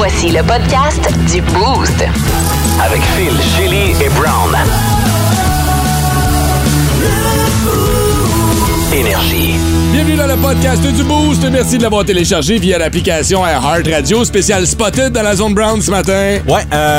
Voici le podcast du Boost. Avec Phil, Shelly et Brown. Énergie. Bienvenue dans le podcast du Boost. Merci de l'avoir téléchargé via l'application Heart Radio, spécial Spotted dans la zone Brown ce matin. Ouais,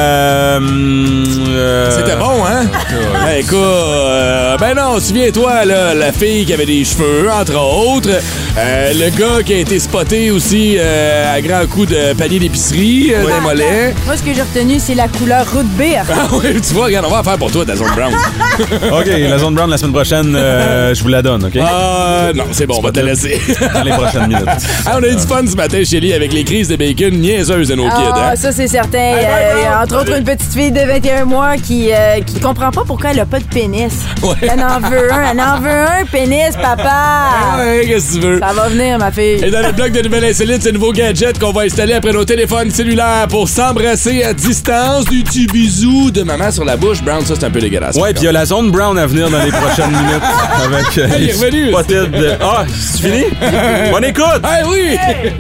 C'était bon, hein? Ben, écoute, ben non, souviens-toi, là, la fille qui avait des cheveux, entre autres. Le gars qui a été spoté aussi à grands coups de panier d'épicerie, des mollets. Moi, ce que j'ai retenu, c'est la couleur route beer. Ah oui, tu vois, regarde, on va en faire pour toi, ta zone Brown. OK, la zone Brown la semaine prochaine, je vous la donne, OK? Non, c'est bon, on va te laisser. Dans les prochaines minutes. On a eu du fun ce matin, Shelly, avec les crises de bacon niaiseuses de nos kids. Hein? Ça, c'est certain. Entre autres, une petite fille de 21 mois qui comprend pas pourquoi elle a pas de pénis. Ouais. Elle en veut un pénis, papa. Ouais, qu'est-ce que tu veux? Ça va venir, ma fille. Et dans le bloc de nouvelles insolites, c'est un nouveau gadget qu'on va installer après nos téléphones cellulaires pour s'embrasser à distance. Du petit bisou de maman sur la bouche. Brown, ça, c'est un peu dégueulasse. Ouais, puis il y a la zone Brown à venir dans les prochaines minutes. Avec il est revenu. Ah, c'est fini? Bonne écoute! Ah oui!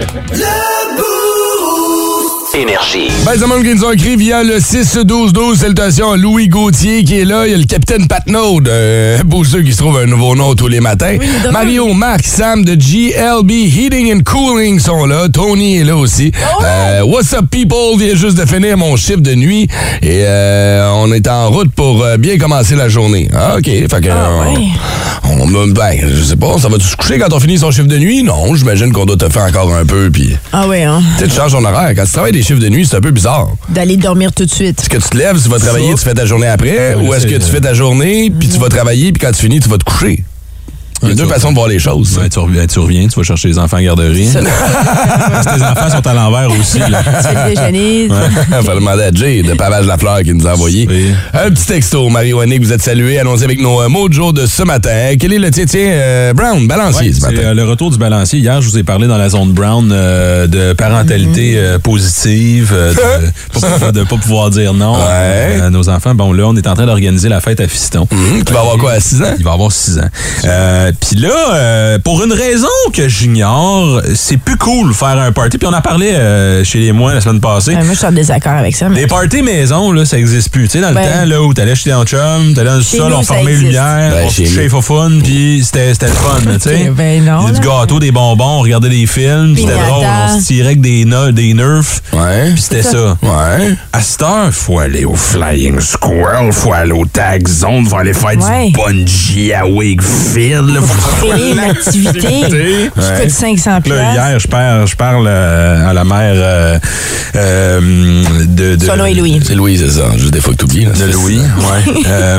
Énergie. Ben, c'est le monde qui nous a écrit via le 6-12-12. Salutations à Louis Gauthier qui est là. Il y a le capitaine Patnaud, pour ceux qui se trouvent un nouveau nom tous les matins. Oui, Mario, Marc, Sam de GLB Heating and Cooling sont là. Tony est là aussi. What's up, people? Vient juste de finir mon chiffre de nuit et on est en route pour bien commencer la journée. Ah, OK. Fait que, je sais pas, ça va-tu se coucher quand on finit son chiffre de nuit? Non, j'imagine qu'on doit te faire encore un peu. Puis, Ah ouais, hein? tu sais, tu changes ton horaire. Quand tu travailles des chiffres de nuit, c'est un peu bizarre. D'aller dormir tout de suite. Est-ce que tu te lèves, tu vas travailler, tu fais ta journée après? Ou est-ce que tu fais ta journée, puis tu vas travailler, puis quand tu finis, tu vas te coucher? Il y a deux façons de voir les choses. Ouais, tu reviens, tu vas chercher les enfants à garderie. Parce que tes enfants sont à l'envers aussi. Là. Tu fais le déjeuner. Il faut demander à Jay de Pavage Lafleur qui nous a envoyé un petit texto. Marie-Wannick, vous êtes salués. Allons-y avec nos mots de jour de ce matin. Quel est le tien? Brown, balancier ce matin. C'est le retour du balancier. Hier, je vous ai parlé dans la zone Brown de parentalité positive, de pas pouvoir dire non à nos enfants. Bon, là, on est en train d'organiser la fête à Fiston. Tu vas avoir quoi, à 6 ans? Il va avoir 6 ans. Puis là, pour une raison que j'ignore, c'est plus cool faire un party. Puis on en parlait chez les mois la semaine passée. Moi, je suis en désaccord avec ça. Mais... Les parties maison, là, ça existe plus. Tu sais, dans le temps là, où t'allais chez ton chum, t'allais dans le sol, on formait les lumières, on se couchait fun, puis c'était le fun, tu sais. Ben non. Il y a du gâteau, des bonbons, on regardait des films, c'était drôle. On se tirait avec des nerfs. Ouais. Puis c'était ça. Ouais. À cette heure, faut aller au Flying Squirrel, faut aller au Tag Zone, faut aller faire du bungee à Wakefield. Payer une activité qui coûte 500 $. Là, hier, je parle à la mère de... Son nom est Louis. C'est Louis, c'est ça. Juste des fois que t'oublies. De Louis, ouais.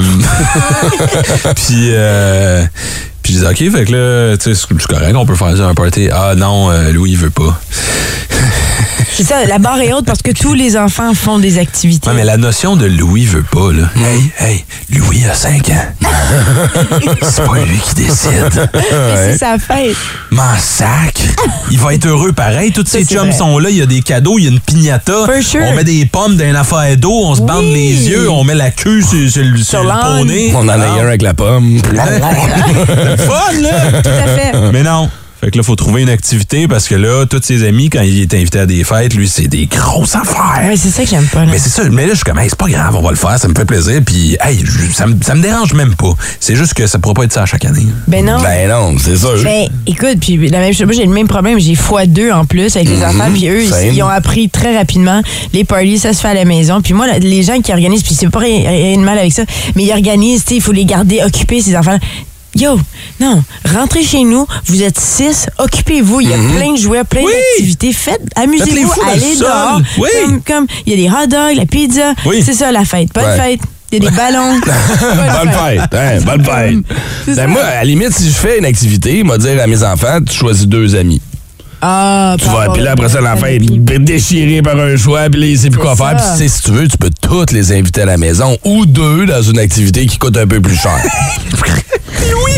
Puis je disais, OK, fait que là, tu sais, c'est correct, on peut faire un party. Ah non, Louis, il veut pas. C'est ça, la barre est haute parce que tous les enfants font des activités. Ouais, mais la notion de Louis veut pas, là. Hey, Louis a 5 ans. C'est pas lui qui décide. Mais c'est sa fête. M'en sac. Il va être heureux pareil. Tous ses chums sont là, il y a des cadeaux, il y a une pignata. Sure. On met des pommes dans une affaire d'eau, on se bande les yeux, on met la queue sur le poney. On en a un avec la pomme. C'est le fun, là! Tout à fait. Mais non. Fait que là, faut trouver une activité parce que là, tous ses amis, quand il est invité à des fêtes, lui, c'est des grosses affaires. Ouais, c'est ça que j'aime pas. Là. Mais c'est ça. Mais là, je suis comme, hey, c'est pas grave, on va le faire, ça me fait plaisir. Puis, hey, ça me dérange même pas. C'est juste que ça pourra pas être ça à chaque année. Ben non. Ben non, c'est sûr. Ben, écoute, puis la même chose, moi, j'ai le même problème. J'ai x2 en plus avec les enfants. Puis eux, ils ont appris très rapidement. Les parties, ça se fait à la maison. Puis moi, les gens qui organisent, puis c'est pas rien de mal avec ça, mais ils organisent, tu sais, il faut les garder occupés, ces enfants. Yo, non, rentrez chez nous, vous êtes 6, occupez-vous, il y a plein de jouets, plein d'activités, amusez-vous, allez dehors. Oui. Comme il y a des hot dogs, la pizza, c'est ça la fête, bonne fête. Il y a des ballons. Bonne fête, bonne fête. Ben moi, à la limite, si je fais une activité, moi dire à mes enfants, tu choisis 2 amis. Ah, tu vois, puis là, après ça, l'enfant est déchiré par un choix, puis là, il sait plus quoi faire. Puis si tu veux, tu peux toutes les inviter à la maison ou 2 dans une activité qui coûte un peu plus cher. Louis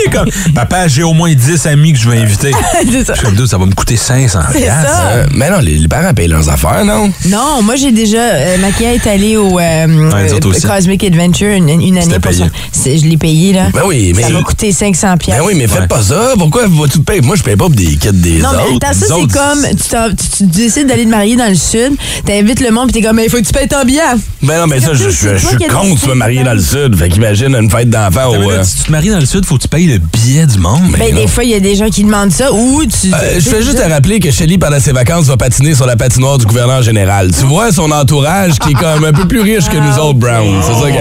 comme, papa, j'ai au moins 10 amis que je veux inviter. C'est ça. Je suis comme, ça va me coûter 500$. C'est ça. Mais non, les parents payent leurs affaires, non? Non, moi j'ai déjà. Maquia est allée au Cosmic Adventure une année pour ça. Je l'ai payé, là. Ben oui, mais. Ça m'a coûté 500$. Ben oui, mais faites pas ça. Pourquoi tu payes? Moi, je paye pas pour des kits des non, autres. Non, mais attends, ça, c'est comme. Tu décides d'aller te marier dans le Sud, t'invites le monde, pis t'es comme, il faut que tu payes ton billet. Ben non, mais ça, je suis contre de me marier dans le Sud. Fait qu'imagine une fête d'enfants au. Si tu te maries dans le Sud, faut que tu payes le billet du monde. Ben, des fois, il y a des gens qui demandent ça, ou tu. Je fais juste te rappeler que Shelly, pendant ses vacances, va patiner sur la patinoire du gouverneur général. Tu vois son entourage qui est comme un peu plus riche que nous autres, Brown. C'est ça qui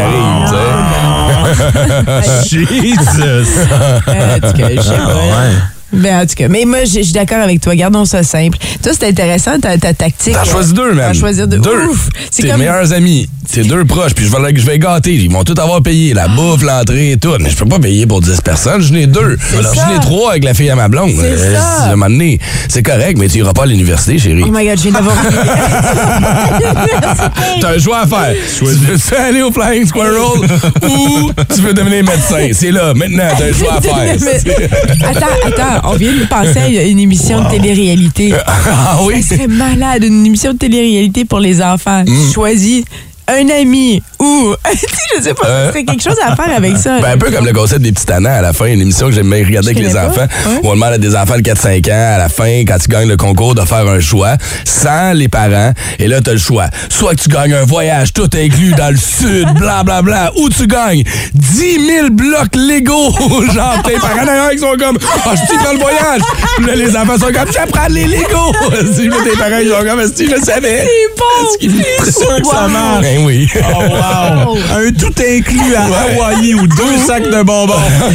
arrive, tu sais. Jesus! En tout cas, je sais pas. Ben, en tout cas, mais moi, je suis d'accord avec toi. Gardons ça simple. Toi, c'est intéressant, ta tactique. T'en choisis deux, même. T'en choisir deux. Ouf, c'est comme... tes meilleurs amis. C'est deux proches. Puis je vais gâter. Ils vont tout avoir payé. La bouffe, l'entrée et tout. Mais je peux pas payer pour 10 personnes. Je n'ai 2. Je n'ai 3 avec la fille à ma blonde. C'est ça. À un moment donné, c'est correct, mais tu iras pas à l'université, chérie. Oh my God, je viens d'avoir... T'as un choix à faire. Tu veux aller au Flying Squirrel ou tu veux devenir médecin? C'est là. Maintenant, t'as un choix à faire. Attends. On vient de penser à une émission de télé-réalité. Ah oui? Ça serait malade, une émission de télé-réalité pour les enfants. Tu choisis un ami ou... je sais pas, ça serait quelque chose à faire avec ça. Ben, un peu comme le concept des petits tannants à la fin, une émission que j'aime bien regarder avec les enfants, où on demande à des enfants de 4-5 ans, à la fin, quand tu gagnes le concours, de faire un choix sans les parents. Et là, t'as le choix. Soit que tu gagnes un voyage tout inclus dans le sud, blablabla, ou tu gagnes 10 000 blocs Lego. Genre, tes parents d'ailleurs, ils sont comme, je suis dans le voyage. Puis là, les enfants sont comme, j'apprends les Lego. Tes parents, ils sont comme, je le savais. C'est bon. C'est sûr que ça marche. Ben oui. Oh, wow. Un tout inclus à Hawaii ou 2 sacs de bonbons.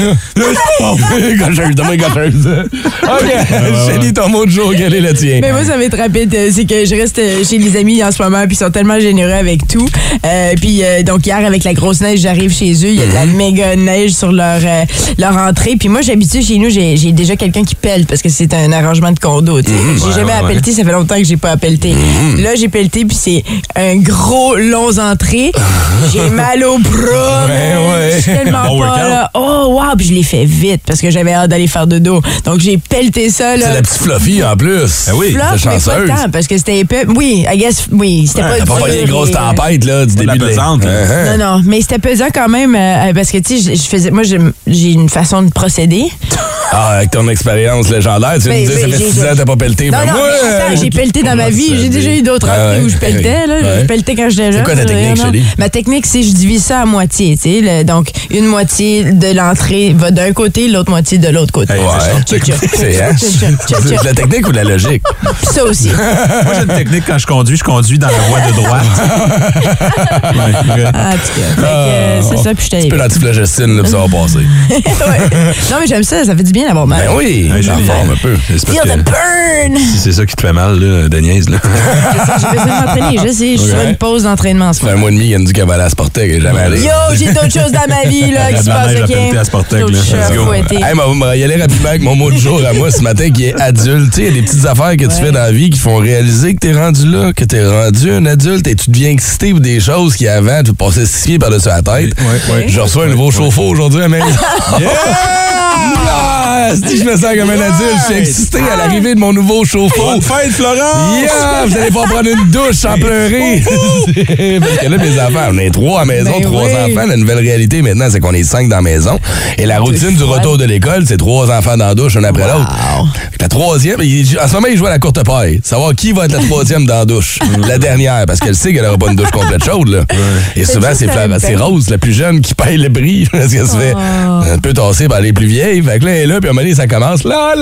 Gâcheuse. OK. Shelly, ton mot de jour, quel est le tien? Mais moi, ça va être rapide. C'est que je reste chez les amis en ce moment, puis ils sont tellement généreux avec tout. Donc, hier, avec la grosse neige, j'arrive chez eux. Il y a de la méga neige sur leur entrée. Puis moi, j'habitue chez nous, j'ai déjà quelqu'un qui pèle parce que c'est un arrangement de condo. J'ai jamais appelleté, ça fait longtemps que j'ai pas appelleté. Là, j'ai pelleté, puis c'est un gros long entrée. J'ai mal au bras. Je suis tellement pas là. Oh, wow! Puis je l'ai fait vite parce que j'avais hâte d'aller faire dodo. Donc, j'ai pelleté ça. Là. C'est la petite Fluffy en plus. Ah oui, Fluff, mais pas tant parce que c'était épais. Oui, I guess, oui, c'était pas... T'as pas les grosses tempêtes là, du début de pesante. Non, mais c'était pesant quand même parce que, tu sais, moi, j'ai une façon de procéder. Ah, avec ton expérience légendaire, tu me disais, ça fait 6 ans que t'as pas pelleté. Non, j'ai pelleté dans ma vie. J'ai déjà eu d'autres entrées où je pelletais. Je pelletais quand j'étais jeune. C'est quoi ta technique, Shelly? Ma technique, c'est que je divise ça à moitié. Donc, une moitié de l'entrée va d'un côté, l'autre moitié de l'autre côté. C'est la technique ou la logique? Ça aussi. Moi, j'ai une technique quand je conduis dans la voie de droite. En tout cas, c'est ça, puis je t'ai... Un peu l'antiflagestine, là, puis ça va passer. Non, mais j'aime ça fait du bien d'avoir mal. Ben oui, j'en forme un peu. Feel the burn! Si c'est ça qui te fait mal, là, de niaise, là. J'ai besoin de m'entraîner, je sais, je suis sur une pause d'entraînement en ce moment. Ça fait un mois et demi, il y a une dit qu'elle va aller à Sportec, elle est jamais allée. Yo, j'ai d'autres choses dans ma vie, là, qui se passent, OK? On va y aller rapidement avec mon mot de jour à moi ce matin, qui est adulte. Tu sais, il y a des petites affaires que tu fais dans la vie qui font réaliser que t'es rendu là, que t'es rendu un adulte et tu deviens excité pour des choses qui avant, tu passais 6 pieds par-dessus la tête. Je reçois un nouveau chauffe-eau aujourd'hui à la maison. Si je me sens comme un adulte, je suis excité à l'arrivée de mon nouveau chauffe-eau. Bonne fête, Florence! Yeah! Vous allez pouvoir prendre une douche sans pleurer. Parce que là, mes enfants, on est 3 à la maison, 3 enfants. La nouvelle réalité maintenant, c'est qu'on est 5 dans la maison. Et la routine du retour de l'école, c'est 3 enfants dans la douche, un après l'autre. La troisième, en ce moment, il joue à la courte paille. Savoir qui va être la troisième dans la douche. La dernière, parce qu'elle sait qu'elle n'aura pas une douche complète chaude. Là. Et souvent, c'est Rose, la plus jeune, qui paye le prix. Parce qu'elle se fait un peu tasser par les plus vieilles. Fait que là, elle est là, puis à un moment donné, ça commence. Là.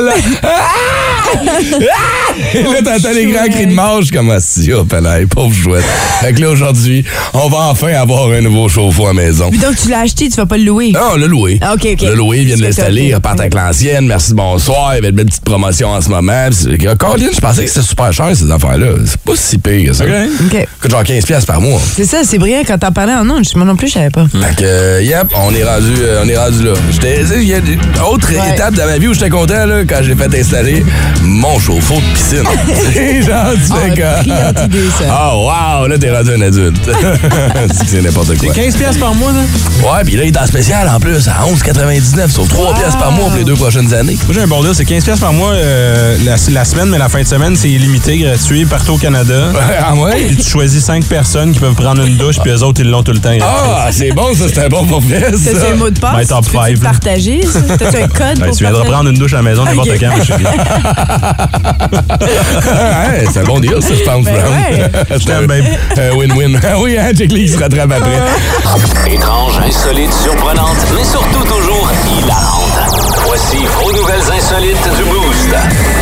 Et là, t'entends les grands cris de mort. Je suis comme, si, oh, panaille, pauvre chouette. Fait que là, aujourd'hui, on va enfin avoir un nouveau chauffe-eau à la maison. Puis donc, tu l'as acheté, tu vas pas le louer? Non, on l'a loué. Ah, OK. On l'a loué, il vient de l'installer, il repart avec l'ancienne. Merci, bonsoir. Il y avait une belle petite promotion en ce moment. Colin, je pensais que c'était super cher, ces affaires-là. C'est pas si pire que ça. OK. Coûte genre 15$ par mois. C'est ça, c'est brillant quand t'en parlais en ondes. Moi non plus, je savais pas. Fait que, on est rendu là. autre étape de ma vie où j'étais content là, quand j'ai fait installer mon chauffe-eau de piscine. Genre, tu fais brillante idée, ça. Oh, wow, là, t'es rendu un adulte. C'est n'importe quoi. C'est 15$ par mois, là? Ouais, puis là, il est en spécial en plus, à 11,99, sur 3$ par mois pour les 2 prochaines années. Moi, j'ai un bon deal, c'est 15$ par mois la semaine, mais la fin de semaine, c'est illimité, gratuit, partout au Canada. Ah ouais? Puis tu choisis 5 personnes qui peuvent prendre une douche, puis eux autres, ils l'ont tout le temps. Ah, c'est bon, ça, c'est un bon forfait, ça. C'est un mot de passe. Ouais, top tu peux 5. partager, ça? T'as un code pour tu viendras prendre une douche à la maison n'importe quand, mais je suis bien. Ouais, c'est un bon deal, ça, je pense, Ben Brown. ouais. Je t'aime, babe. Win-win. Ah oui, hein, Jake Lee se rattrape après. Étrange, insolite, surprenante, mais surtout toujours hilarante. Voici vos nouvelles insolites du Boost.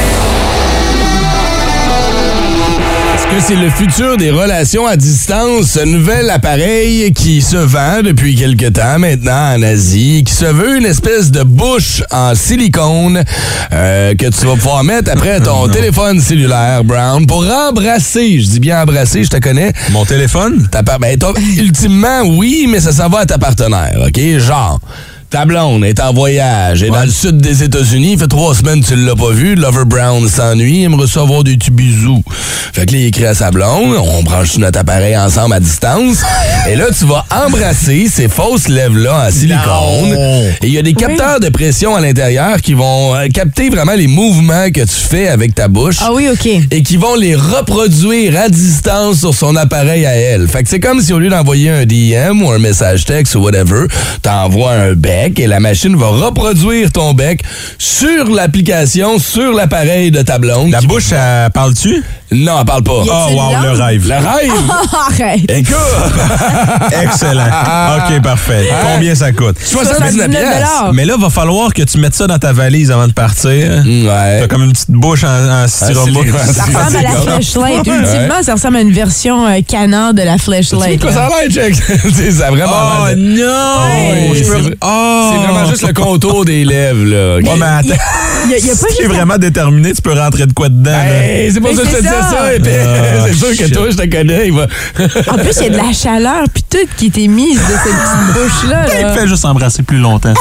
Est-ce que c'est le futur des relations à distance, ce nouvel appareil qui se vend depuis quelque temps maintenant en Asie, qui se veut une espèce de bouche en silicone que tu vas pouvoir mettre après ton téléphone cellulaire, Brown, pour embrasser, je dis bien embrasser, je te connais. Mon téléphone? Ultimement, oui, mais ça s'en va à ta partenaire, OK? Genre... Ta blonde est en voyage, est dans le sud des États-Unis, fait 3 semaines que tu l'as pas vu, Lover Brown s'ennuie, aimerait recevoir des petits bisous. Fait que là, il écrit à sa blonde, on branche notre appareil ensemble à distance, et là, tu vas embrasser ces fausses lèvres-là en silicone. Et il y a des capteurs de pression à l'intérieur qui vont capter vraiment les mouvements que tu fais avec ta bouche. Ah oui, OK. Et qui vont les reproduire à distance sur son appareil à elle. Fait que c'est comme si au lieu d'envoyer un DM ou un message texte ou whatever, t'envoies un bec et la machine va reproduire ton bec sur l'application, sur l'appareil de ta blonde. La bouche, elle parle-tu? Non, elle parle pas. Oh, wow, le rêve. Le rêve? Arrête! Écoute! Excellent. OK, parfait. Combien ça coûte? 79 $. Mais là, il va falloir que tu mettes ça dans ta valise avant de partir. Ouais. T'as comme une petite bouche en styromousse. Ça ressemble à la flashlight. Ultimement, ça ressemble à une version canard de la Tu sais flashlight. quoi ça a l'air, Jack? Ça a vraiment Oh l'air de- non! Oui, c'est vraiment juste le contour des lèvres, là. Ouais, mais attends. Il y a pas Si t'es juste vraiment déterminé, tu peux rentrer de quoi dedans. là. Hey, c'est pour Mais ça que je te c'est disais ça. ça. Et puis, c'est sûr que shit. toi, je te connais. Il va... En plus, il y a de la chaleur puis tout qui était mise de cette petite bouche-là. Il là. fait juste embrasser plus longtemps.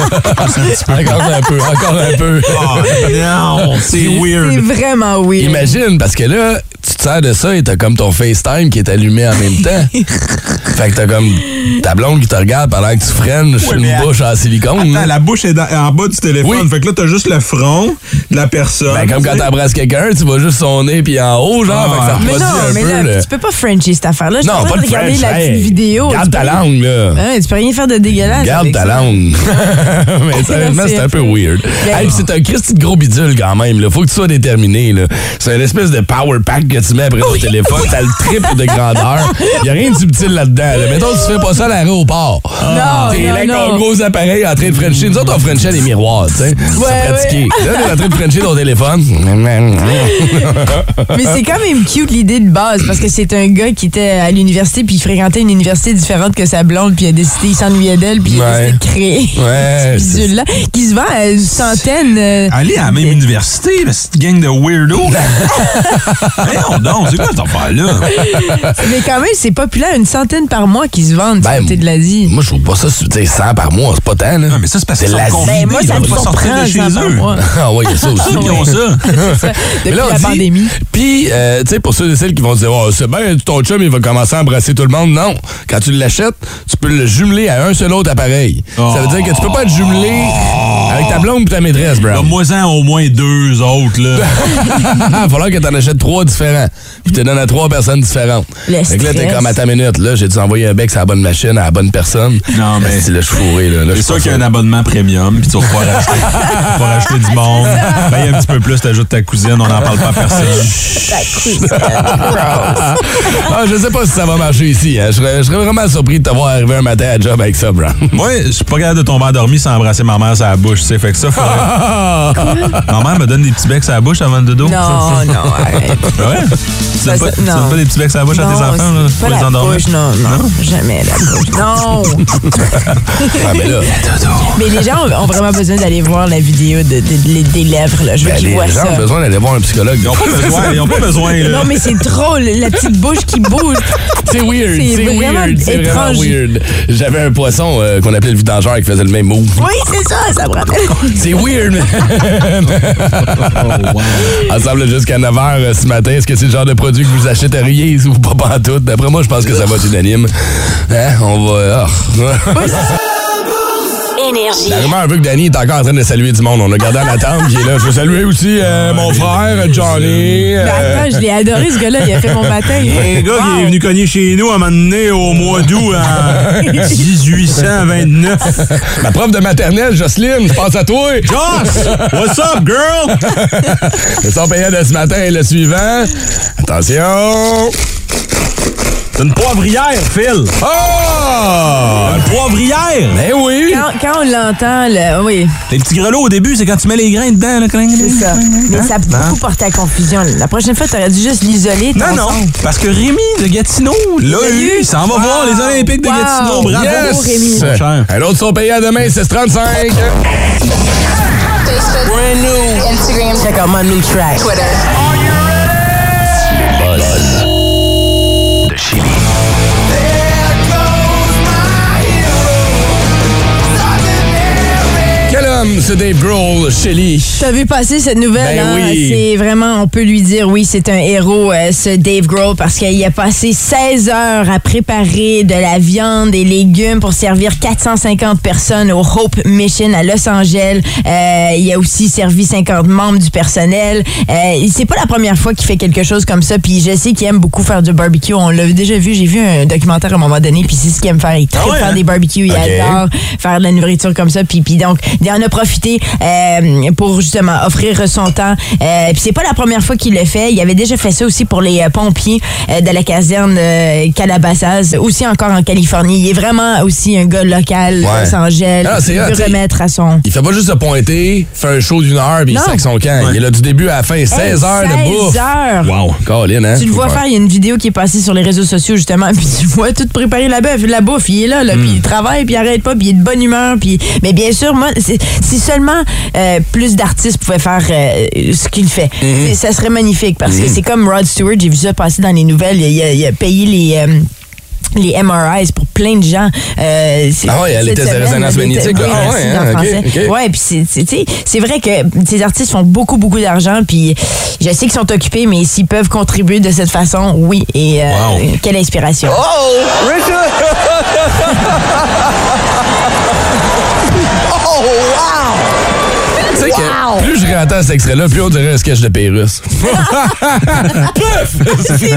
Encore un peu, encore un peu. Oh, non, c'est C'est weird. vraiment weird. Imagine, parce que là, tu te sers de ça et t'as comme ton FaceTime qui est allumé en même temps. Fait que t'as comme ta blonde qui te regarde pendant que tu freines sur mais une bouche en silicone. Attends, là. la bouche est en bas du téléphone. Oui. Fait que là, t'as juste le front de la personne. Ben, comme quand t'embrasses quelqu'un, tu vois juste son nez puis en haut, genre, fait que ça Mais reproduit non, un mais peu. là, là. tu peux pas Frencher cette affaire-là. Je suis en Non, train pas de regarder French. la petite Hey, vidéo. Garde Tu ta peux- langue, là. Ouais, tu peux rien faire de dégueulasse. Garde avec ta ça. langue. Mais sérieusement, c'est un peu weird. Hey, puis c'est un Christy de gros bidule quand même. Là. Faut que tu sois déterminé. Là. C'est une espèce de power pack que tu mets après ton téléphone. T'as le triple de grandeur. Y a rien de subtil là-dedans. Là. Mettons, tu fais pas ça à l'aéroport. Non, T'es non, là avec ton non. gros appareil en train de frencher. Nous autres, on frenchait les miroirs, tu sais. Pour pratiquer. Là, t'es en train de frencher ton téléphone. Mais c'est quand même cute l'idée de base parce que c'est un gars qui était à l'université puis il fréquentait une université différente que sa blonde puis il a décidé, il s'ennuyait d'elle puis il a décidé de créer Ouais, ce bidule-là qui se vend à une centaine. Allez à la même université, la petite gang de weirdos. Voyons donc, c'est quoi cette affaire-là? Mais quand même, c'est populaire, une centaine par mois qui se vendent du côté de l'Asie. Moi, je trouve pas ça, tu sais, 100 par mois, c'est pas tant, là. Non, mais ça, c'est parce que l'Asie. Ben, moi, ça me pas sortir surprend, de chez 100 par eux. mois. Ah ouais, il y a ça aussi. Ceux qui ont ça. Mais Depuis là, on la dit- pandémie. Puis, tu sais, pour ceux et celles qui vont dire, oh, c'est bien, ton chum, il va commencer à embrasser tout le monde. Non. Quand tu l'achètes, tu peux le jumeler à un seul autre appareil. Ça veut dire que tu peux pas te jumeler avec ta blonde et ta maîtresse, Brown. Moi-en au moins 2 autres, là. Il va falloir que t'en achètes 3 différents. Puis tu donnes à 3 personnes différentes. Le Fait que là, t'es stress. comme à ta minute. Là, j'ai dû envoyer un bec sur la bonne machine à la bonne personne. Non, mais- C'est le fourré, là. Là, je C'est suis sûr pas qu'il y a un sûr. abonnement premium, puis tu vas pouvoir acheter du monde. Ben, un petit peu plus, t'ajoutes ta cousine, on n'en parle pas à personne. Ah, je sais pas si ça va marcher ici. Hein. Je serais vraiment surpris de te voir arriver un matin à job avec ça, Brown. Moi, je suis pas capable de tomber endormi sans embrasser ma mère sur la bouche, tu sais. Fait que ça, faudrait... Ma mère me donne des petits becs sur la bouche avant le dodo. Non, non, arrête. Ouais? Tu donnes pas, tu non. donnes pas des petits becs sur la bouche à tes Non, enfants, là, c'est pas pour les la endormir? bouche, non, jamais la bouche. Non! Ah, mais là, Mais les gens ont vraiment besoin d'aller voir la vidéo des lèvres, là. Je veux ben, qu'ils les voient gens ça. ont besoin d'aller voir un psychologue. Ils ont pas besoin, là. Non, mais c'est drôle, la petite bouche qui bouge. C'est weird. C'est vraiment étrange. Weird. J'avais un poisson qu'on appelait le vidangeur qui faisait le même move. Oui, c'est ça me rappelle. C'est weird, man. Ensemble jusqu'à 9h ce matin. Est-ce que c'est le genre de produit que vous achèteriez ou pas pantoute? D'après moi, je pense que ça va être unanime. Hein? On va... Énergie. La rumeur veut que Danny est encore en train de saluer du monde. On a gardé en attente. Puis là, je veux saluer aussi mon frère, Johnny. Mais attends, je l'ai adoré, ce gars-là. Il a fait mon matin. Un gars qui est venu cogner chez nous à un moment donné au mois d'août en 1829. Ma prof de maternelle, Jocelyne, je pense à toi. Joss! What's up, girl? Le son payant de ce matin est le suivant. Attention. C'est une poivrière, Phil. Oh! Une poivrière! Ben oui! Quand on l'entend, oui. Les petits grelots au début, c'est quand tu mets les grains dedans. Là, C'est ça. Mais ça a beaucoup porté à confusion. La prochaine fois, t'aurais dû juste l'isoler. Non, parce que Rémi de Gatineau l'a eu. Il s'en va voir les Olympiques de Gatineau. Bravo, Yes! Rémi. Un autre son payé à demain, 16h35. Facebook. Brand new. Instagram. Check out my new track. Twitter. Buzz. De Chili. Quel homme, ce Dave Grohl, Shelly? T'as vu passer cette nouvelle, Ben hein? oui. C'est vraiment, on peut lui dire, oui, c'est un héros, ce Dave Grohl, parce qu'il a passé 16 heures à préparer de la viande et légumes pour servir 450 personnes au Hope Mission à Los Angeles. Il a aussi servi 50 membres du personnel. C'est pas la première fois qu'il fait quelque chose comme ça, puis je sais qu'il aime beaucoup faire du barbecue. On l'a déjà vu, j'ai vu un documentaire à un moment donné, puis c'est ce qu'il aime faire. Il tripe faire des barbecues, il adore faire de la nourriture comme ça, puis donc, il en a profité pour justement offrir son temps. Puis c'est pas la première fois qu'il le fait. Il avait déjà fait ça aussi pour les pompiers de la caserne Calabasas, aussi encore en Californie. Il est vraiment aussi un gars local, Los Angeles. Il veut remettre à son... Il fait pas juste se pointer, fait un show d'1 heure, puis il sac son camp. Il est là du début à la fin, 16 heures de bouffe. 16 heures! Wow, Colin, hein? Tu le vois faire, il y a une vidéo qui est passée sur les réseaux sociaux, justement, puis tu le vois tout préparer la bouffe. Il est là, puis il travaille, puis il arrête pas, puis il est de bonne humeur. Puis... Mais bien sûr, moi, si seulement plus d'artistes pouvaient faire ce qu'il fait, ça serait magnifique, parce que c'est comme Rod Stewart, j'ai vu ça passer dans les nouvelles, il a payé les MRIs pour plein de gens. Elle était de résonance magnétique. Ouais, puis c'est vrai que ces artistes font beaucoup d'argent, puis je sais qu'ils sont occupés, mais s'ils peuvent contribuer de cette façon, oui. Et quelle inspiration. Oh, Richard! Oh, wow! Tu sais que plus je réentends cet extrait-là, plus on dirait un sketch de Pérusse. C'est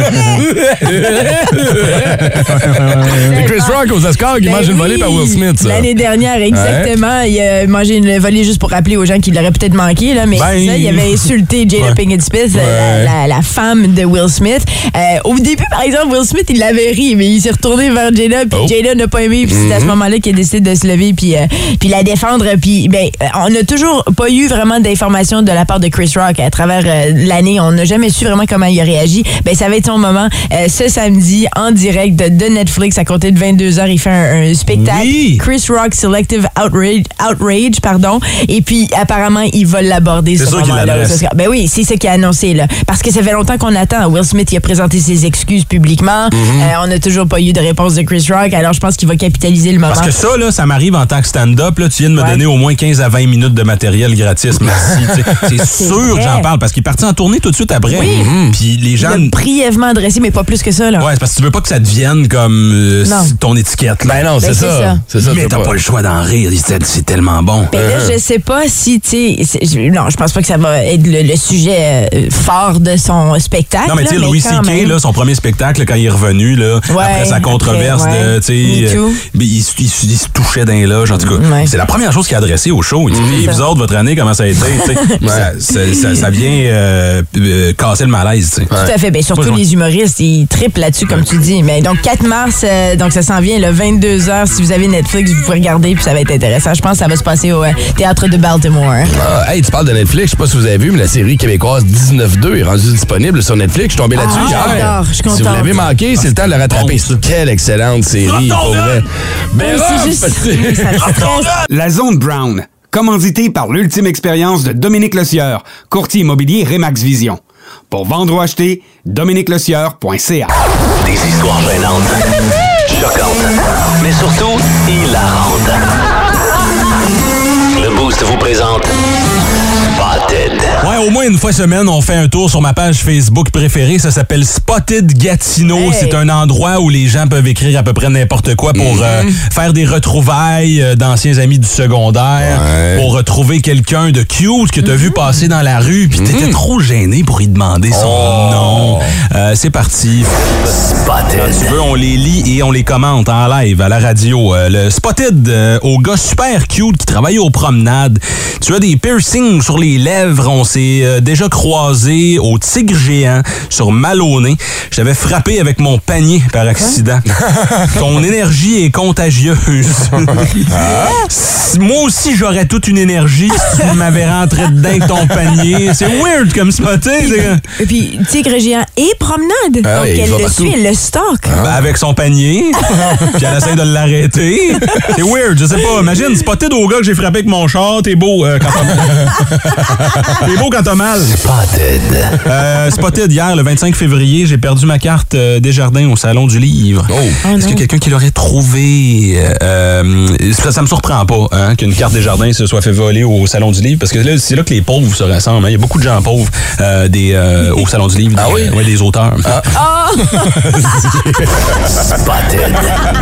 Chris Rock aux Oscars qui mange une volée par Will Smith. Ça. L'année dernière, exactement. Il a mangé une volée, juste pour rappeler aux gens qu'il l'aurait peut-être manqué, là, mais ça, il avait insulté Jada Pinkett Smith, la femme de Will Smith. Au début, par exemple, Will Smith, il l'avait ri, mais il s'est retourné vers Jada, puis Jada n'a pas aimé, puis c'est à ce moment-là qu'il a décidé de se lever, puis la défendre. Puis on n'a toujours pas eu vraiment d'informations de la part de Chris Rock à travers l'année. On n'a jamais su vraiment comment il a réagi. Ça va être son moment. Ce samedi, en direct de Netflix, à compter de 22h, il fait un spectacle. Oui. Chris Rock Selective Outrage, pardon. Et puis, apparemment, il va l'aborder ce moment-là. Ben oui, c'est ce qu'il a annoncé, là. Parce que ça fait longtemps qu'on attend. Will Smith, il a présenté ses excuses publiquement. On n'a toujours pas eu de réponse de Chris Rock. Alors, je pense qu'il va capitaliser le moment. Parce que ça, là, ça m'arrive en tant que stand-up. Là, tu viens de me donner au moins 15 à 20 minutes de matériel gratis. Merci. C'est sûr que j'en parle parce qu'il est parti en tournée tout de suite après. Oui. Puis les gens... Il a brièvement adressé, mais pas plus que ça, là. Ouais, c'est parce que tu veux pas que ça devienne comme ton étiquette. Là. Ben non, c'est ça. Mais t'as pas le choix d'en rire. C'est tellement bon. Ben là, je sais pas si, tu sais... Non, je pense pas que ça va être le sujet fort de son spectacle. Non, mais tu sais, Louis C.K., là, son premier spectacle, quand il est revenu, là, après sa controverse de, tu sais... il se touchait dans les loges, en tout cas. C'est la première chose qu'il a adressée au show. Il dit, vous autres, votre année, comment ça a été? Ça vient casser le malaise. T'sais. Tout à fait. Ben, surtout les humoristes, ils trippent là-dessus, comme tu dis. Mais donc, 4 mars, donc ça s'en vient le 22h. Si vous avez Netflix, vous pouvez regarder, puis ça va être intéressant. Je pense que ça va se passer au Théâtre de Baltimore. Hey, tu parles de Netflix, je sais pas si vous avez vu, mais la série québécoise 19-2 est rendue disponible sur Netflix. Je suis tombé là-dessus hier. Je suis contente. Si vous l'avez manqué, c'est le temps de le rattraper. Quelle excellente série, pour vrai. Mais c'est juste... La Zone Brown, commanditée par l'ultime expérience de Dominique Lecieur, courtier immobilier Remax Vision. Pour vendre ou acheter, dominiquelecieur.ca. Des histoires gênantes, choquantes, mais surtout hilarantes. Le Boost vous présente Spotted. Ouais, au moins une fois semaine, on fait un tour sur ma page Facebook préférée. Ça s'appelle Spotted Gatineau. Hey. C'est un endroit où les gens peuvent écrire à peu près n'importe quoi pour faire des retrouvailles d'anciens amis du secondaire, pour retrouver quelqu'un de cute que t'as vu passer dans la rue, puis t'étais trop gêné pour y demander son nom. C'est parti. Spotted. Si tu veux, on les lit et on les commente en live à la radio. Le Spotted au gars super cute qui travaille aux promenades. Tu as des piercings sur les lèvres. On s'est déjà croisé au Tigre Géant sur Maloney. Je t'avais frappé avec mon panier par accident. Ton énergie est contagieuse. Moi aussi, j'aurais toute une énergie si tu m'avais rentré dedans avec ton panier. C'est weird comme Spotted. Et puis, Tigre Géant et promenade. Donc, elle le suit, elle le stocke. Avec son panier. Puis elle essaie de l'arrêter. C'est weird, je sais pas. Imagine, Spotted au gars que j'ai frappé avec mon char. T'es beau quand t'as mal. T'es beau quand t'as mal. Spotted. Spotted, hier, le 25 février, j'ai perdu ma carte Desjardins au Salon du Livre. Est-ce qu'il y a quelqu'un qui l'aurait trouvé? Ça me surprend pas qu'une carte Desjardins se soit fait voler au Salon du Livre, parce que là, c'est là que les pauvres se rassemblent. Il y a beaucoup de gens pauvres au Salon du Livre. Des auteurs. Spotted.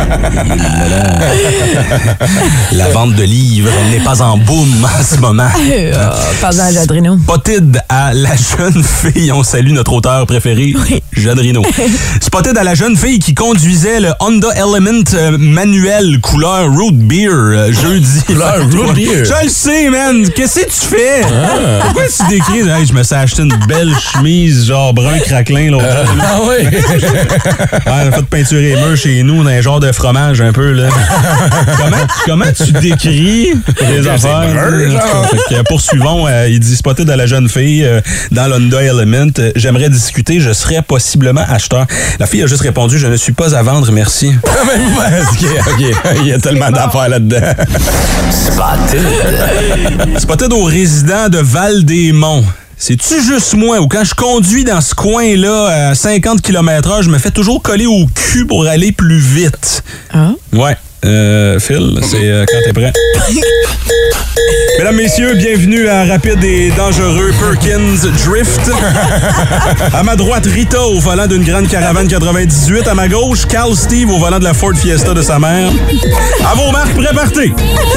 La vente de livres n'est pas en boom en ce moment. Pardon, Jadrino. Spotted à la jeune fille. On salue notre auteur préféré, Jadrino. Spotted à la jeune fille qui conduisait le Honda Element manuel couleur root beer jeudi. Couleur root beer? Je le sais, man. Qu'est-ce que tu fais? Pourquoi tu décris? Hey, je me suis acheté une belle chemise genre brun craquelin l'autre jour. Ah oui? On a fait peinturer les murs chez nous dans un genre de fromage un peu, là. Comment tu décris les affaires? Poursuivons, il dit Spotted à la jeune fille dans l'Honda Element. J'aimerais discuter, je serais possiblement acheteur. La fille a juste répondu, je ne suis pas à vendre, merci. OK. Il y a tellement d'affaires là-dedans. Spotted. Spotted aux résidents de Val-des-Monts. C'est-tu juste moi ou quand je conduis dans ce coin-là à 50 km/h, je me fais toujours coller au cul pour aller plus vite? Ouais. Phil, c'est quand t'es prêt. Mesdames, messieurs, bienvenue à Rapide et Dangereux Perkins Drift. À ma droite, Rita au volant d'une grande caravane 98. À ma gauche, Carl Steve au volant de la Ford Fiesta de sa mère. À vos marques, préparez!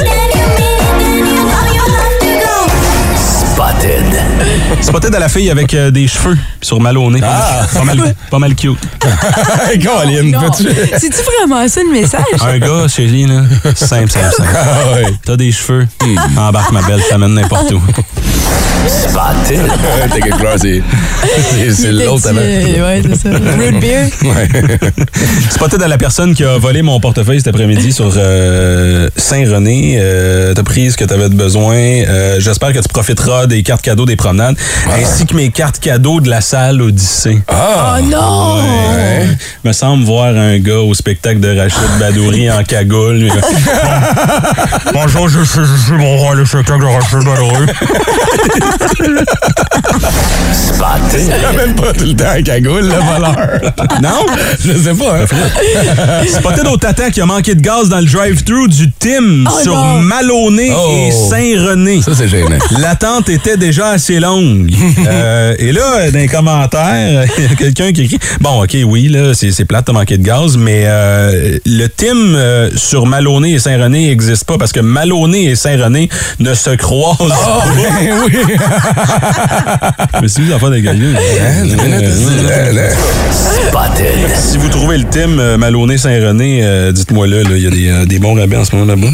Spotted. Spotted à la fille avec des cheveux sur Maloney. Pas mal cute. Colin, C'est-tu vraiment ça le message? Un gars chez lui, là, simple. T'as des cheveux, embarque ma belle, je t'amène n'importe où. Spotted. T'as quelque chose, c'est l'autre avant. Ouais, c'est ça. Root beer. Spotted à la personne qui a volé mon portefeuille cet après-midi sur Saint-René. T'as pris ce que t'avais de besoin. J'espère que tu profiteras des cartes cadeaux des promenades, ainsi que mes cartes cadeaux de la salle Odyssée. Oh non! Ouais. Me semble voir un gars au spectacle de Rachid Badouri en cagoule. Bonjour, je suis mon rôle le spectacle de Rachid Badouri. Spotted. Même pas tout le temps à cagoule, le voleur. Non? Je sais pas. Spotted au tata qui a manqué de gaz dans le drive-thru du Tim sur Maloney et Saint-René. Ça, c'est gênant. L'attente était déjà assez longue. Et là, dans les commentaires, il y a quelqu'un qui écrit bon, OK, oui, là, c'est plate, t'as manqué de gaz, mais le Tim sur Maloney et Saint-René n'existe pas parce que Maloney et Saint-René ne se croisent pas. Oui. Mais c'est des affaires de gailleux. Spotted. Si vous trouvez le Tim Maloney Saint-René, dites-moi-le, il y a des bons rabais en ce moment là-bas.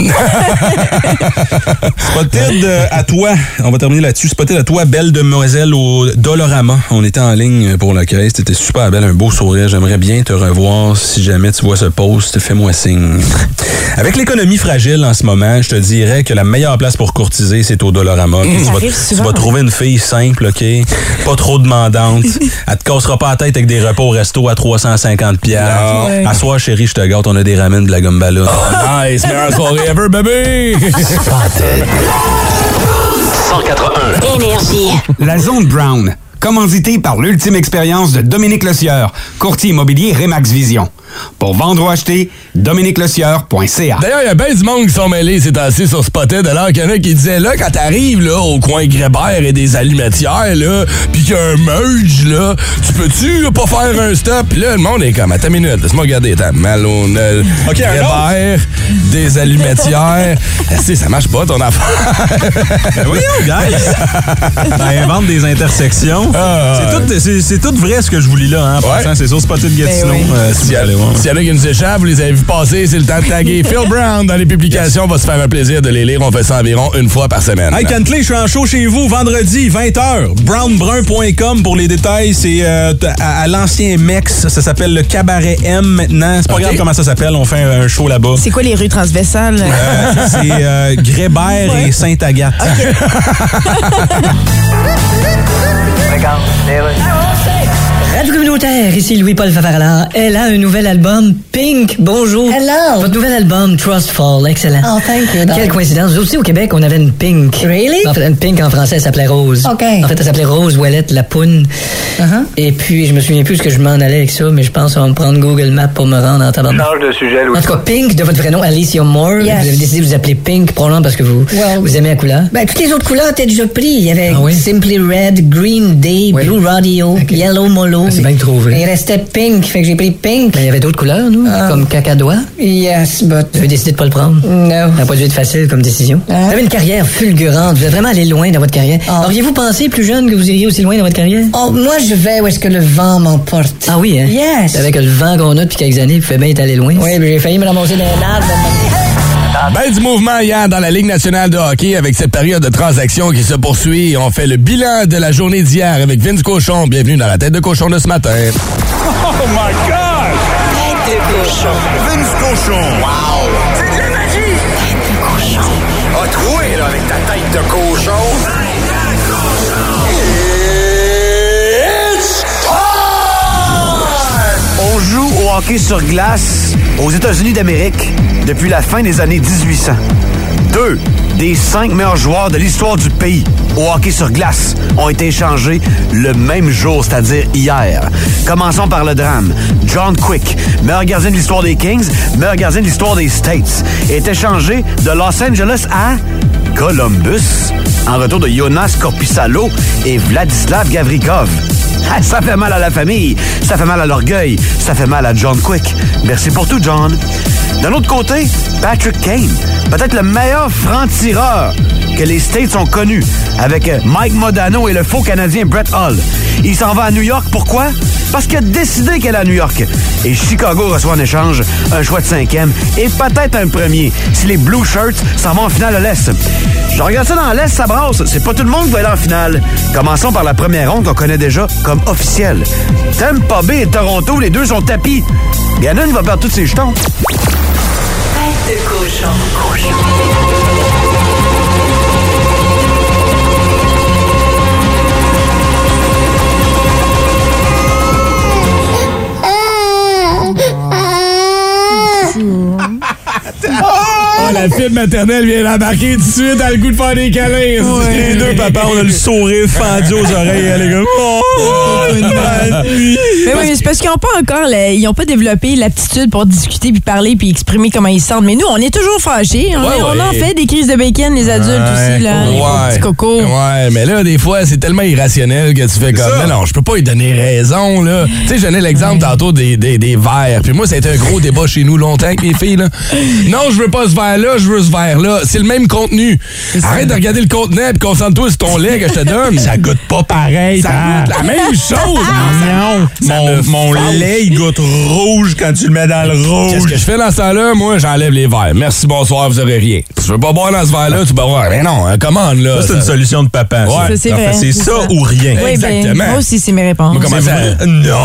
Spotted à toi. On va terminer là-dessus. Spotted à toi, belle demoiselle au Dolorama. On était en ligne pour la caisse. T'étais super belle, un beau sourire. J'aimerais bien te revoir. Si jamais tu vois ce post, fais-moi signe. Avec l'économie fragile en ce moment, je te dirais que la meilleure place pour courtiser, c'est au Dolorama. Tu vas trouver une fille simple, OK? Pas trop demandante. Elle te cassera pas la tête avec des repas au resto à 350$. À soir, chérie, je te gâte, on a des ramen de la gomme ballon. Nice, meilleure soirée ever, bébé! Spotted. 181. Énergie. La zone Brown. Commandité par l'ultime expérience de Dominique Lecieur, courtier immobilier Remax Vision. Pour vendre ou acheter, dominiquelecieur.ca. D'ailleurs, il y a bien du monde qui sont mêlés ces temps-ci sur Spotted, alors qu'il y en a qui disaient, là, quand t'arrives là, au coin Grébert et des alimentières, là, pis qu'il y a un merge, là, tu peux-tu là, pas faire un stop? Pis là, le monde est comme, attends une minute, laisse-moi regarder, attends, Malonel, Grébert, des alimentières. Ça marche pas, ton affaire. Voyons, guys! Invente des intersections. C'est tout vrai ce que je vous lis là, hein, en passant. C'est sur Spotted Gatineau. S'il y en a qui nous échappent, vous les avez vus passer, c'est le temps de taguer Phil Brown dans les publications. On va se faire un plaisir de les lire. On fait ça environ une fois par semaine. Hey, Cantley, je suis en show chez vous vendredi, 20h. brownbrun.com pour les détails. C'est à l'ancien Mex. Ça s'appelle le Cabaret M maintenant. C'est pas grave comment ça s'appelle. On fait un show là-bas. C'est quoi les rues transversales? C'est Grébert et Sainte-Agathe. Radio communautaire, ici Louis-Paul Favarala. Elle a un nouvel album, Pink. Bonjour. Hello. Votre nouvel album, Trust Fall, excellent. Oh, thank you. Quelle coïncidence. Nous aussi, au Québec, on avait une Pink. Really? En fait, une Pink en français, elle s'appelait Rose. OK. En fait, elle s'appelait Rose Ouellette Lapoune. Et puis, je me souviens plus ce que je m'en allais avec ça, mais je pense qu'on va me prendre Google Maps pour me rendre en tabarnak. Change de sujet, Louis. En tout cas, Pink, de votre vrai nom, Alicia Moore. Yes. Vous avez décidé de vous appeler Pink, probablement parce que vous aimez la couleur. Ben, toutes les autres couleurs étaient déjà prises. Il y avait Simply Red, Green Day, Blue Radio, Yellow Molo. C'est bien trouvé. Il restait Pink, fait que j'ai pris Pink. Mais il y avait d'autres couleurs, nous, comme cacadois. Yes, but... Vous avez décidé de pas le prendre? No. Ça n'a pas dû être facile comme décision. Vous avez une carrière fulgurante. Vous êtes vraiment allé loin dans votre carrière. Auriez-vous pensé, plus jeune, que vous iriez aussi loin dans votre carrière? Oh, moi, je vais où est-ce que le vent m'emporte. Ah oui, hein? Yes. Avec le vent qu'on a depuis quelques années, vous faites bien être allé loin. Oui, mais j'ai failli me ramasser dans les arbres. Ben du mouvement hier dans la Ligue nationale de hockey avec cette période de transaction qui se poursuit. On fait le bilan de la journée d'hier avec Vince Cochon. Bienvenue dans la tête de cochon de ce matin. Oh my God! Tête de cochon. Vince Cochon. Wow! C'est de la magie! Tête de cochon. A troué, là, avec ta tête de cochon. Tête de cochon. It's time! On joue au hockey sur glace aux États-Unis d'Amérique depuis la fin des années 1800. 2 des 5 meilleurs joueurs de l'histoire du pays au hockey sur glace ont été échangés le même jour, c'est-à-dire hier. Commençons par le drame. John Quick, meilleur gardien de l'histoire des Kings, meilleur gardien de l'histoire des States, est échangé de Los Angeles à Columbus en retour de Jonas Korpisalo et Vladislav Gavrikov. Ah, ça fait mal à la famille, ça fait mal à l'orgueil, ça fait mal à John Quick. Merci pour tout, John. D'un autre côté, Patrick Kane, peut-être le meilleur franc-tireur que les States ont connu, avec Mike Modano et le faux Canadien Brett Hull. Il s'en va à New York, pourquoi? Parce qu'il a décidé qu'elle est à New York. Et Chicago reçoit en échange un choix de 5e et peut-être un premier si les Blue Shirts s'en vont en finale à l'Est. Je regarde ça dans l'Est, ça brasse. C'est pas tout le monde qui va aller en finale. Commençons par la première ronde qu'on connaît déjà comme officielle. Tampa Bay et Toronto, les deux sont tapis. Gannon va perdre tous ses jetons. Tête de cochon. Oh, la fille maternelle vient d'embarquer tout de suite à le goût de faire des câlins. Les deux papas, on a le sourire fendu aux oreilles. Elle est comme... Mais oui, mais c'est parce qu'ils n'ont pas encore, ils n'ont pas développé l'aptitude pour discuter puis parler puis exprimer comment ils se sentent. Mais nous, on est toujours fâchés. On en fait des crises de bacon, les adultes aussi, là. Les petits cocos. Ouais, mais là, des fois, c'est tellement irrationnel que tu fais comme, non, je peux pas lui donner raison, là. Tu sais, je donnais l'exemple tantôt des verres. Puis moi, ça a été un gros débat chez nous longtemps avec mes filles, là. Non, je veux pas ce verre-là, je veux ce verre-là. C'est le même contenu. Arrête de regarder le contenant et concentre-toi sur ton lait que je te donne. Ça goûte pas pareil. Ça goûte la même chose. Non. Mon lait, il goûte rouge quand tu le mets dans le rouge. Qu'est-ce que je fais dans ce temps-là? Moi, j'enlève les verres. Merci, bonsoir, vous aurez rien. Si tu veux pas boire dans ce verre-là, tu peux boire. Mais non, commande, là. Ça, c'est une solution de papa. Ouais. C'est vrai. C'est ça ou rien. Oui, exactement. Ben, moi aussi, c'est mes réponses. Moi, comment ça? Non.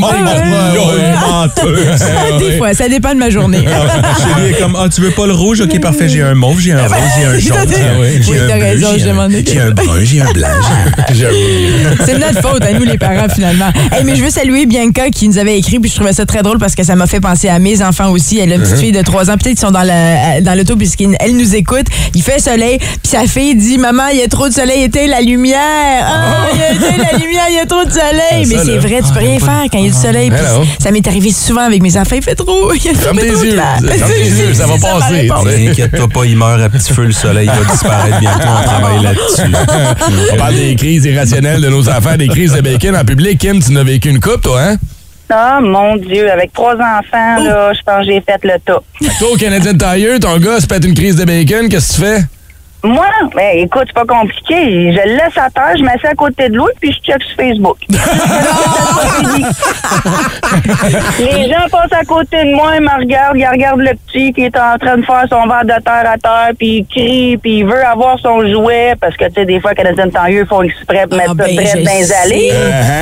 Des fois, ça dépend de ma journée. Chez lui, comme, tu veux pas le rouge? OK, parfait, j'ai un mauve, j'ai un rose, j'ai un jaune, j'ai un bleu, j'ai un brun, j'ai un blanc. C'est de notre faute à nous, les parents, finalement. Hey, mais je veux saluer Louis Bianca qui nous avait écrit, puis je trouvais ça très drôle parce que ça m'a fait penser à mes enfants aussi. Elle a une petite fille de 3 ans, peut-être qu'ils sont dans l'auto puisqu'elle nous écoute. Il fait soleil, puis sa fille dit « Maman, il y a trop de soleil, éteins la lumière! La lumière, il y a trop de soleil! » Mais c'est vrai, tu peux rien faire quand il y a du soleil. Ça m'est arrivé souvent avec mes enfants. Il fait trop, Ferme tes yeux, ça va passer. Inquiète-toi pas, il meurt à petit feu, le soleil va disparaître bientôt, on travaille là-dessus. On parle des crises irrationnelles de nos enfants, des crises de bacon en public. Kim, tu n'as vécu une couple, toi, hein? Ah, mon Dieu, avec 3 enfants, là, je pense que j'ai fait le top. Toi, au Canadian Tire, ton gars se pète une crise de bacon, qu'est-ce que tu fais? Moi, ben, écoute, c'est pas compliqué. Je le laisse à terre, je m'assieds à côté de lui, puis je check sur Facebook. Les gens passent à côté de moi, ils me regardent, ils regardent le petit qui est en train de faire son verre de terre à terre, puis il crie, puis il veut avoir son jouet, parce que, tu sais, des fois, Canadian Tire, ils font exprès de mettre ça près dans les allées.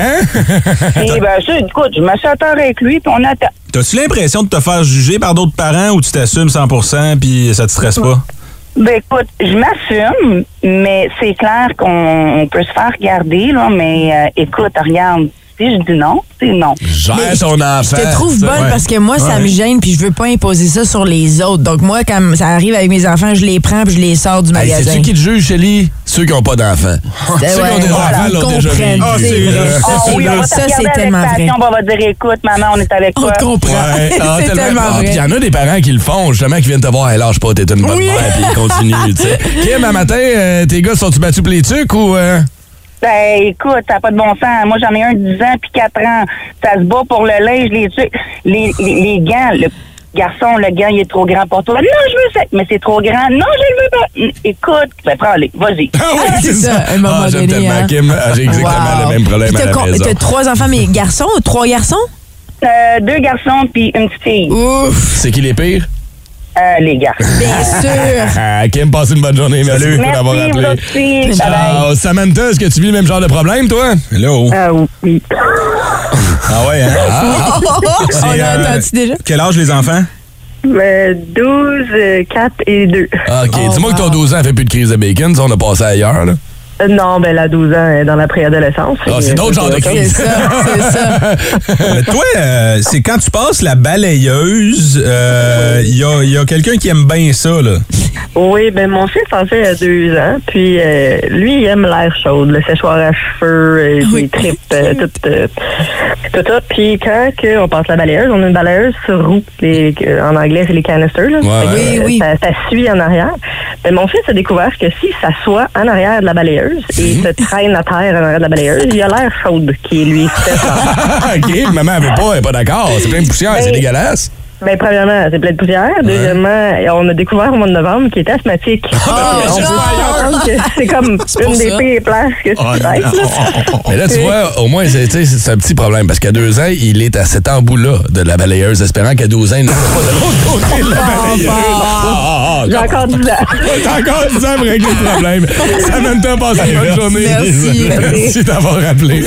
Et ben, ça, écoute, je m'assieds à terre avec lui, puis on attend. T'as-tu l'impression de te faire juger par d'autres parents ou tu t'assumes 100% puis ça te stresse pas? Ben écoute, je m'assume, mais c'est clair qu'on peut se faire regarder, là, mais écoute, regarde, si je dis non, c'est non. Gère ton enfant. Je te trouve bonne parce que moi, ça me gêne puis je veux pas imposer ça sur les autres. Donc moi, quand ça arrive avec mes enfants, je les prends puis je les sors du magasin. C'est-tu qui te juge, Chélie? Ceux qui n'ont pas d'enfants. Ceux qui ont des enfants l'ont déjà vécu. Ça, c'est tellement vrai. On va dire, écoute, maman, on est avec toi. On te comprend. C'est tellement vrai. Il y en a des parents qui le font, justement, qui viennent te voir, hey, lâche pas, t'es une bonne mère, puis ils continuent, tu sais. Kim, un matin, tes gars, sont-tu battus pour les tucs ou... Ben, écoute, ça n'a pas de bon sens. Moi, j'en ai un de 10 ans puis 4 ans. Ça se bat pour le linge, les trucs. Les gants, le garçon, le gant, il est trop grand pour toi. Non, je veux ça. Mais c'est trop grand. Non, je le veux pas. Écoute, ben, prends-les. Vas-y. Ah oui, c'est ça. À un moment donné, j'aime tellement, Kim. J'ai exactement le même problème à la maison. T'as 3 enfants, mais garçons ou 3 garçons? 2 garçons puis une petite fille. Ouf. C'est qui les pires? Les gars. Bien sûr. Kim, passe une bonne journée. Merci beaucoup d'avoir appelé. Ciao. Samantha, est-ce que tu vis le même genre de problème, toi? Hello. Oui. Ah ouais, hein? On l'a entendu déjà. Quel âge les enfants? 12, 4 et 2. OK. Dis-moi que ton 12 ans fait plus de crise de bacon. Ça, on a passé ailleurs, là. Non, ben la 12 ans est dans la préadolescence. Ah, c'est d'autres genres de crise. C'est ça. Mais toi, c'est quand tu passes la balayeuse, il y a quelqu'un qui aime bien ça, là. Oui, ben mon fils en fait a 2 ans, puis lui, il aime l'air chaud, le séchoir à cheveux, des tripes, tout. Puis quand on passe la balayeuse, on a une balayeuse sur roue. En anglais, c'est les canisters, là. Oui. Ça suit en arrière. Ben, mon fils a découvert que s'il s'assoit en arrière de la balayeuse et se traîne à terre en arrière de la balayeuse, il a l'air chaude qui est lui. OK, maman elle est pas d'accord. C'est plein de poussière, c'est dégueulasse. Ben, premièrement, c'est plein de poussière. Deuxièmement, on a découvert au mois de novembre qu'il était asthmatique. C'est comme une des pires places que tu peux. Mais là, tu vois, au moins, c'est un petit problème parce qu'à 2 ans, il est à cet embout-là de la balayeuse, espérant qu'à 12 ans, il n'est pas de l'autre côté de la balayeuse. J'ai encore 10 ans. T'as encore 10 ans pour régler le problème. Samantha, passe une bonne journée. Merci d'avoir rappelé.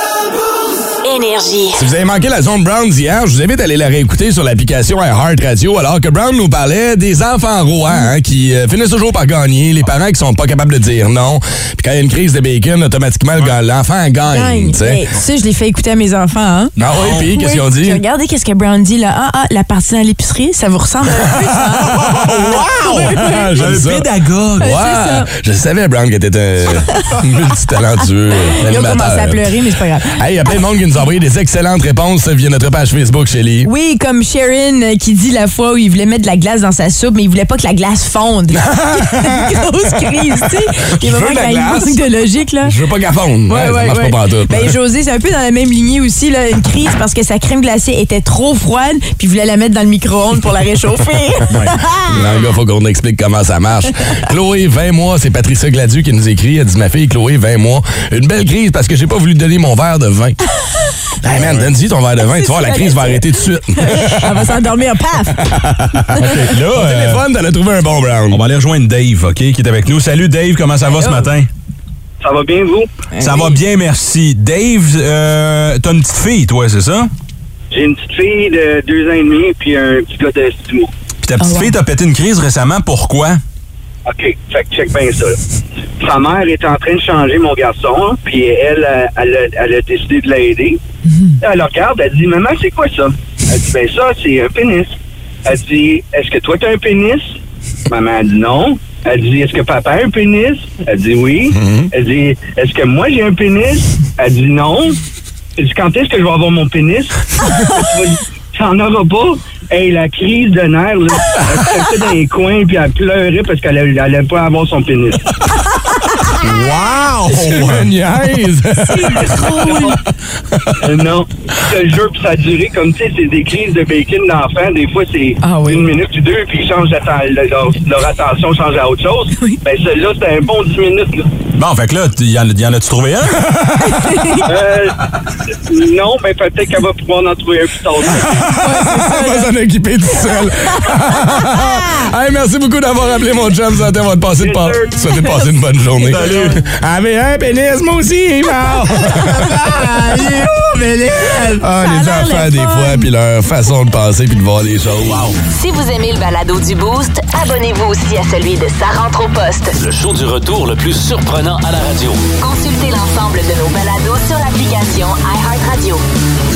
Énergie. Si vous avez manqué la zone Brown d'hier, je vous invite à aller la réécouter sur l'application iHeart Radio, alors que Brown nous parlait des enfants rois qui finissent toujours par gagner, les parents qui sont pas capables de dire non, puis quand il y a une crise de bacon, automatiquement, l'enfant gagne. Tu sais, je l'ai fait écouter à mes enfants. Hein? Ah oui, puis qu'est-ce qu'ils ont dit? Regardez qu'est-ce que Brown dit là. La partie dans l'épicerie, ça vous ressemble un peu, ça. Wow! Un pédagogue. Ouais, je savais, Brown, que t'étais un multitalentueux. Il a commencé à pleurer, mais c'est pas grave. Hey, il y a plein de monde qui nous a envoyé des excellentes réponses via notre page Facebook, Shelly. Oui, comme Sharon qui dit la fois où il voulait mettre de la glace dans sa soupe, mais il voulait pas que la glace fonde. Grosse crise, tu sais. Il y a vraiment quand il manque de logique, là. Je veux pas qu'elle fonde. Ça marche pas partout. Ben, José, c'est un peu dans la même lignée aussi, là, une crise parce que sa crème glacée était trop froide, puis il voulait la mettre dans le micro-ondes pour la réchauffer. Là, gars, faut qu'on explique comment ça marche. Chloé, 20 mois, c'est Patricia Gladu qui nous écrit. Elle dit, ma fille, Chloé, 20 mois. Une belle crise parce que j'ai pas voulu te donner mon verre de vin. Hey man, donne-y ton verre de vin, tu vois, la crise va arrêter tout de suite. Elle va s'endormir, paf! Okay, là, au téléphone, t'en as trouvé un bon Brown. On va aller rejoindre Dave, OK, qui est avec nous. Salut Dave, comment ça va ce matin? Ça va bien, vous? Ça va bien, merci. Dave, t'as une petite fille, toi, c'est ça? J'ai une petite fille de 2 ans et demi puis un petit gars de 6 mois. Puis ta petite fille t'a pété une crise récemment, pourquoi? OK, fait que check bien ça. Sa mère est en train de changer mon garçon, puis elle a décidé de l'aider. Elle regarde, elle dit, maman, c'est quoi ça? Elle dit, ben ça, c'est un pénis. Elle dit, est-ce que toi, t'as un pénis? Maman, elle dit non. Elle dit, est-ce que papa a un pénis? Elle dit oui. Elle dit, est-ce que moi, j'ai un pénis? Elle dit non. Elle dit, quand est-ce que je vais avoir mon pénis? T'en auras pas. Hey, la crise de nerfs, là, elle se fait dans les coins puis elle pleurait parce qu'elle allait pas avoir son pénis. Wow! C'est niaise! C'est drôle! Non. Je te jure, puis ça a duré comme, tu sais, c'est des crises de bacon d'enfants. Des fois, c'est 1 minute ou 2, puis ils changent leur attention change à autre chose. Oui. Ben, celle-là, c'était un bon 10 minutes, là. Bon, fait que là, y en a-tu trouvé un? Non, mais peut-être qu'elle va pouvoir en trouver un plus tard. Elle va s'en occuper tout seul. Hey, merci beaucoup d'avoir appelé mon chum. Ça va te passer de passer une bonne journée. Salut. Ah, mais un pénis, moi aussi, il est mort. Ah, les enfants, des fois, puis leur façon de penser puis de voir les choses. Wow. Si vous aimez le balado du Boost, abonnez-vous aussi à celui de Sa rentre au poste. Le show du retour le plus surprenant à la radio. Consultez l'ensemble de nos balados sur l'application iHeartRadio.